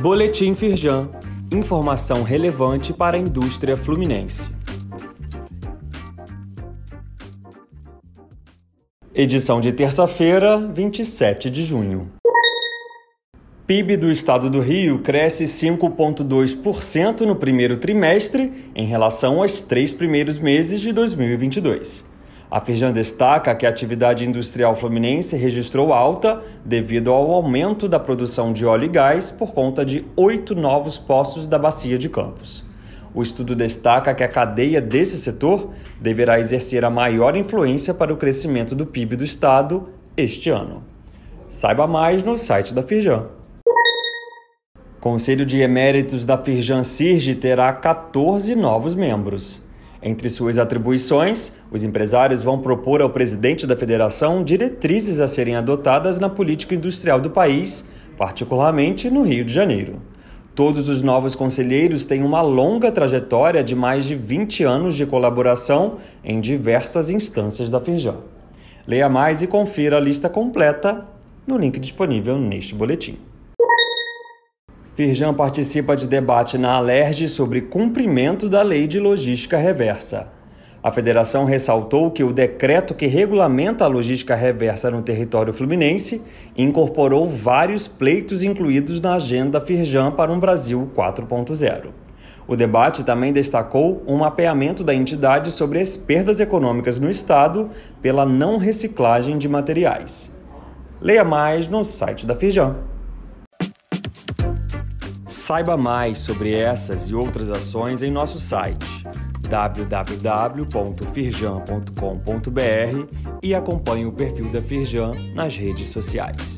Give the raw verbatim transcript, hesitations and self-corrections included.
Boletim Firjan. Informação relevante para a indústria fluminense. Edição de terça-feira, vinte e sete de junho. P I B do Estado do Rio cresce cinco vírgula dois por cento no primeiro trimestre em relação aos três primeiros meses de dois mil e vinte e dois. A Firjan destaca que a atividade industrial fluminense registrou alta devido ao aumento da produção de óleo e gás por conta de oito novos poços da Bacia de Campos. O estudo destaca que a cadeia desse setor deverá exercer a maior influência para o crescimento do P I B do Estado este ano. Saiba mais no site da Firjan. Conselho de Eméritos da Firjan Sirge terá quatorze novos membros. Entre suas atribuições, os empresários vão propor ao presidente da federação diretrizes a serem adotadas na política industrial do país, particularmente no Rio de Janeiro. Todos os novos conselheiros têm uma longa trajetória de mais de vinte anos de colaboração em diversas instâncias da Firjan. Leia mais e confira a lista completa no link disponível neste boletim. Firjan participa de debate na Alerj sobre cumprimento da Lei de Logística Reversa. A federação ressaltou que o decreto que regulamenta a logística reversa no território fluminense incorporou vários pleitos incluídos na agenda Firjan para um Brasil quatro ponto zero. O debate também destacou um mapeamento da entidade sobre as perdas econômicas no Estado pela não reciclagem de materiais. Leia mais no site da Firjan. Saiba mais sobre essas e outras ações em nosso site w w w ponto firjan ponto com ponto b r e acompanhe o perfil da Firjan nas redes sociais.